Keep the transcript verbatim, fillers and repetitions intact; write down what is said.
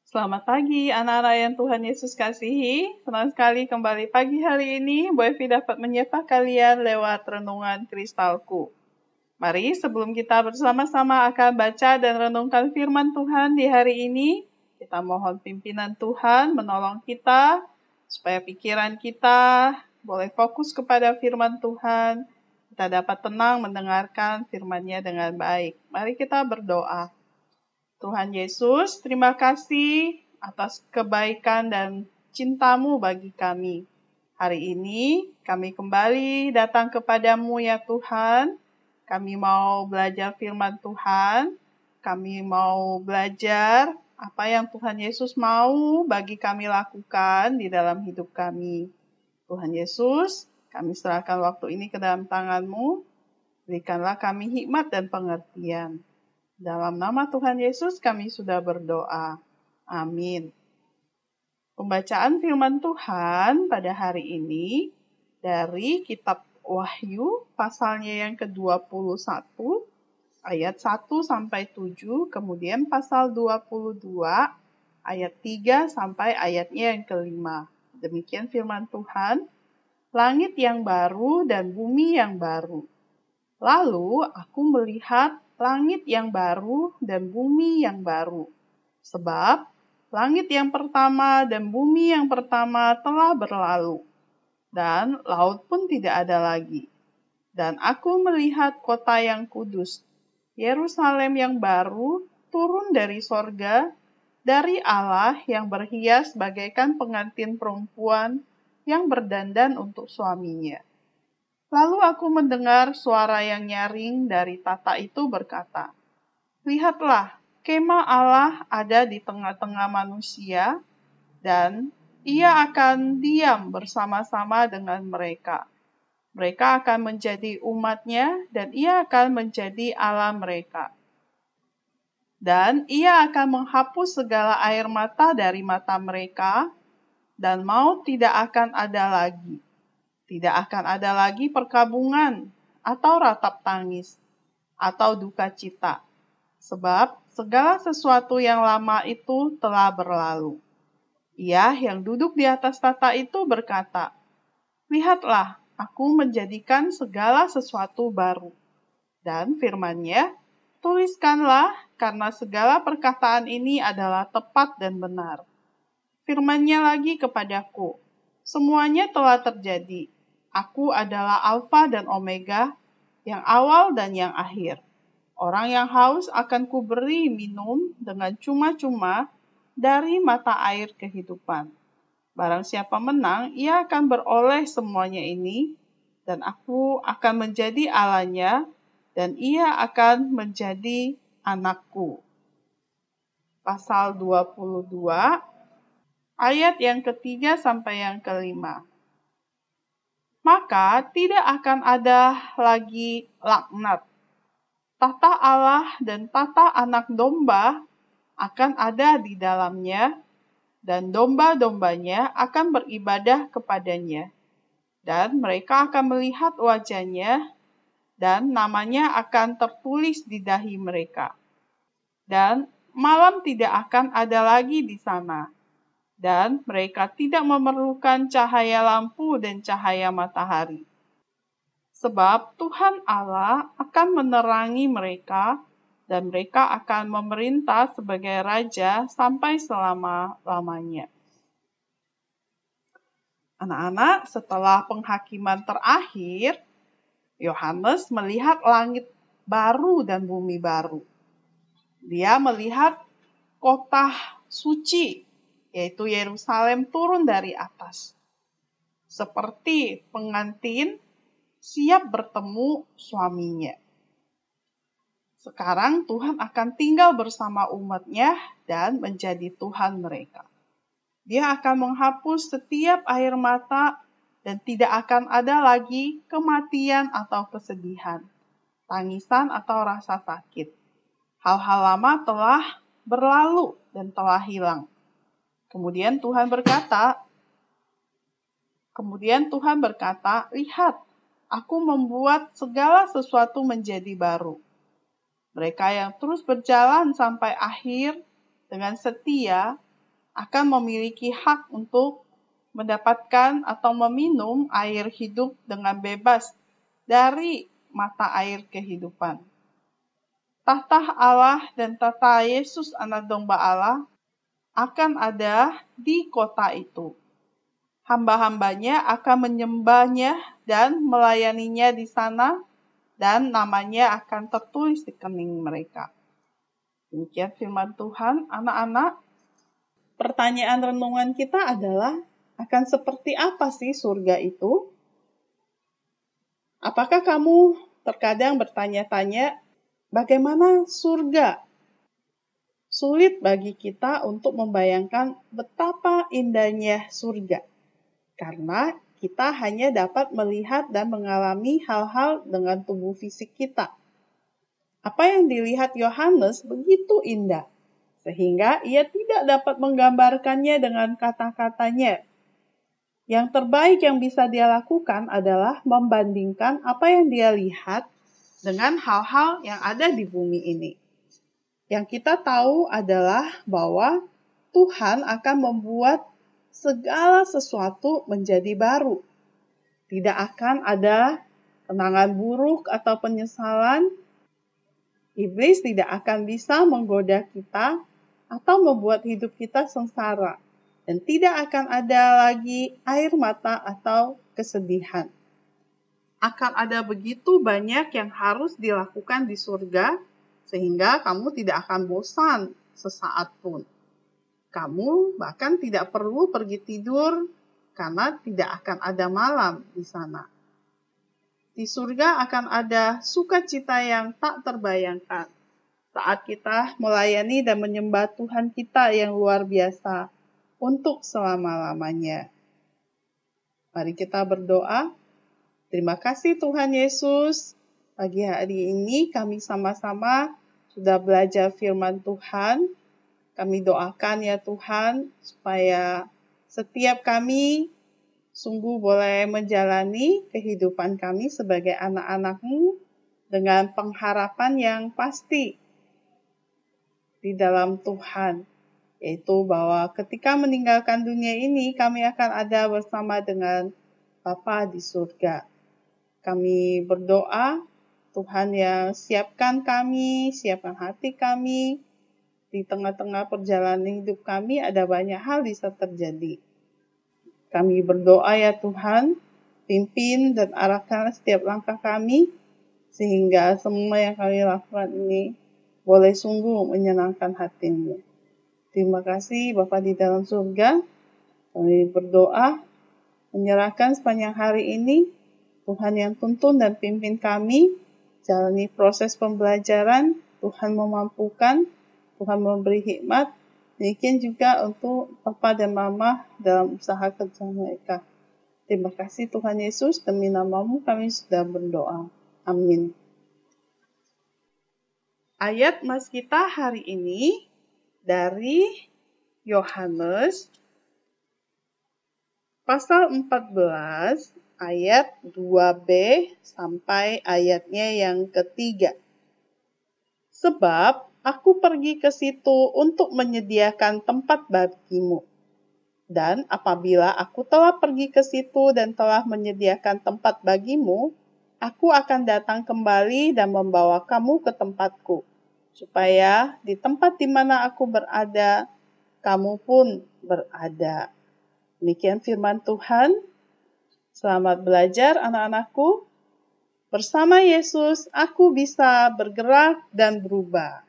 Selamat pagi anak-anak yang Tuhan Yesus kasihi. Senang sekali kembali pagi hari ini Bu Evi dapat menyapa kalian lewat renungan kristalku. Mari sebelum kita bersama-sama akan baca dan renungkan firman Tuhan di hari ini, kita mohon pimpinan Tuhan menolong kita supaya pikiran kita boleh fokus kepada firman Tuhan. Kita dapat tenang mendengarkan firman-Nya dengan baik. Mari kita berdoa. Tuhan Yesus, terima kasih atas kebaikan dan cinta-Mu bagi kami. Hari ini kami kembali datang kepadamu ya Tuhan. Kami mau belajar firman Tuhan. Kami mau belajar apa yang Tuhan Yesus mau bagi kami lakukan di dalam hidup kami. Tuhan Yesus, kami serahkan waktu ini ke dalam tangan-Mu. Berikanlah kami hikmat dan pengertian. Dalam nama Tuhan Yesus kami sudah berdoa. Amin. Pembacaan firman Tuhan pada hari ini dari kitab Wahyu pasalnya yang ke dua puluh satu ayat satu sampai tujuh, kemudian pasal dua puluh dua ayat tiga sampai ayatnya yang kelima. Demikian firman Tuhan, langit yang baru dan bumi yang baru. Lalu aku melihat langit yang baru dan bumi yang baru. Sebab langit yang pertama dan bumi yang pertama telah berlalu, dan laut pun tidak ada lagi. Dan aku melihat kota yang kudus, Yerusalem yang baru, turun dari sorga, dari Allah yang berhias bagaikan pengantin perempuan yang berdandan untuk suaminya. Lalu aku mendengar suara yang nyaring dari tata itu berkata, "Lihatlah, kemah Allah ada di tengah-tengah manusia, dan Ia akan diam bersama-sama dengan mereka. Mereka akan menjadi umat-Nya, dan Ia akan menjadi Allah mereka. Dan Ia akan menghapus segala air mata dari mata mereka, dan maut tidak akan ada lagi. Tidak akan ada lagi perkabungan, atau ratap tangis, atau duka cita. Sebab segala sesuatu yang lama itu telah berlalu." Ia yang duduk di atas tata itu berkata, "Lihatlah, aku menjadikan segala sesuatu baru." Dan firman-Nya, "Tuliskanlah, karena segala perkataan ini adalah tepat dan benar." Firman-Nya lagi kepadaku, "Semuanya telah terjadi. Aku adalah Alfa dan Omega, yang awal dan yang akhir. Orang yang haus akan kuberi minum dengan cuma-cuma dari mata air kehidupan. Barang siapa menang, ia akan beroleh semuanya ini, dan aku akan menjadi Allah-Nya, dan ia akan menjadi anakku." Pasal dua puluh dua, ayat yang ketiga sampai yang kelima. Maka tidak akan ada lagi laknat. Tata Allah dan tata anak domba akan ada di dalamnya, dan domba-dombanya akan beribadah kepadanya. Dan mereka akan melihat wajahnya, dan namanya akan tertulis di dahi mereka. Dan malam tidak akan ada lagi di sana. Dan mereka tidak memerlukan cahaya lampu dan cahaya matahari. Sebab Tuhan Allah akan menerangi mereka, dan mereka akan memerintah sebagai raja sampai selama-lamanya. Anak-anak, setelah penghakiman terakhir, Yohanes melihat langit baru dan bumi baru. Dia melihat kota suci, yaitu Yerusalem, turun dari atas. Seperti pengantin siap bertemu suaminya. Sekarang Tuhan akan tinggal bersama umat-Nya dan menjadi Tuhan mereka. Dia akan menghapus setiap air mata dan tidak akan ada lagi kematian atau kesedihan, tangisan atau rasa sakit. Hal-hal lama telah berlalu dan telah hilang. Kemudian Tuhan berkata, Kemudian Tuhan berkata, "Lihat, aku membuat segala sesuatu menjadi baru." Mereka yang terus berjalan sampai akhir dengan setia akan memiliki hak untuk mendapatkan atau meminum air hidup dengan bebas dari mata air kehidupan. Tahta Allah dan tahta Yesus anak domba Allah akan ada di kota itu. Hamba-hambanya akan menyembahnya dan melayaninya di sana, dan namanya akan tertulis di kening mereka. Demikian firman Tuhan, anak-anak. Pertanyaan renungan kita adalah, akan seperti apa sih surga itu? Apakah kamu terkadang bertanya-tanya, bagaimana surga? Sulit bagi kita untuk membayangkan betapa indahnya surga, karena kita hanya dapat melihat dan mengalami hal-hal dengan tubuh fisik kita. Apa yang dilihat Yohanes begitu indah, sehingga ia tidak dapat menggambarkannya dengan kata-katanya. Yang terbaik yang bisa dia lakukan adalah membandingkan apa yang dia lihat dengan hal-hal yang ada di bumi ini. Yang kita tahu adalah bahwa Tuhan akan membuat segala sesuatu menjadi baru. Tidak akan ada kenangan buruk atau penyesalan. Iblis tidak akan bisa menggoda kita atau membuat hidup kita sengsara. Dan tidak akan ada lagi air mata atau kesedihan. Akan ada begitu banyak yang harus dilakukan di surga, sehingga kamu tidak akan bosan sesaat pun. Kamu bahkan tidak perlu pergi tidur, karena tidak akan ada malam di sana. Di surga akan ada sukacita yang tak terbayangkan saat kita melayani dan menyembah Tuhan kita yang luar biasa untuk selama-lamanya. Mari kita berdoa. Terima kasih Tuhan Yesus. Pagi hari ini kami sama-sama sudah belajar firman Tuhan. Kami doakan ya Tuhan, supaya setiap kami sungguh boleh menjalani kehidupan kami sebagai anak-anak-Mu dengan pengharapan yang pasti di dalam Tuhan. Yaitu bahwa ketika meninggalkan dunia ini, kami akan ada bersama dengan Bapa di surga. Kami berdoa, Tuhan yang siapkan kami, siapkan hati kami, di tengah-tengah perjalanan hidup kami ada banyak hal bisa terjadi. Kami berdoa ya Tuhan, pimpin dan arahkan setiap langkah kami, sehingga semua yang kami lakukan ini boleh sungguh menyenangkan hati-Mu. Terima kasih Bapa di dalam surga. Kami berdoa, menyerahkan sepanjang hari ini, Tuhan yang tuntun dan pimpin kami, jalani proses pembelajaran, Tuhan memampukan, Tuhan memberi hikmat, demikian juga untuk Papa dan Mama dalam usaha kerja mereka. Terima kasih Tuhan Yesus, demi nama-Mu kami sudah berdoa. Amin. Ayat mas kita hari ini dari Yohanes pasal empat belas ayat dua b sampai ayatnya yang ketiga. Sebab aku pergi ke situ untuk menyediakan tempat bagimu. Dan apabila aku telah pergi ke situ dan telah menyediakan tempat bagimu, aku akan datang kembali dan membawa kamu ke tempatku, supaya di tempat di mana aku berada, kamu pun berada. Demikian firman Tuhan. Selamat belajar anak-anakku. Bersama Yesus, aku bisa bergerak dan berubah.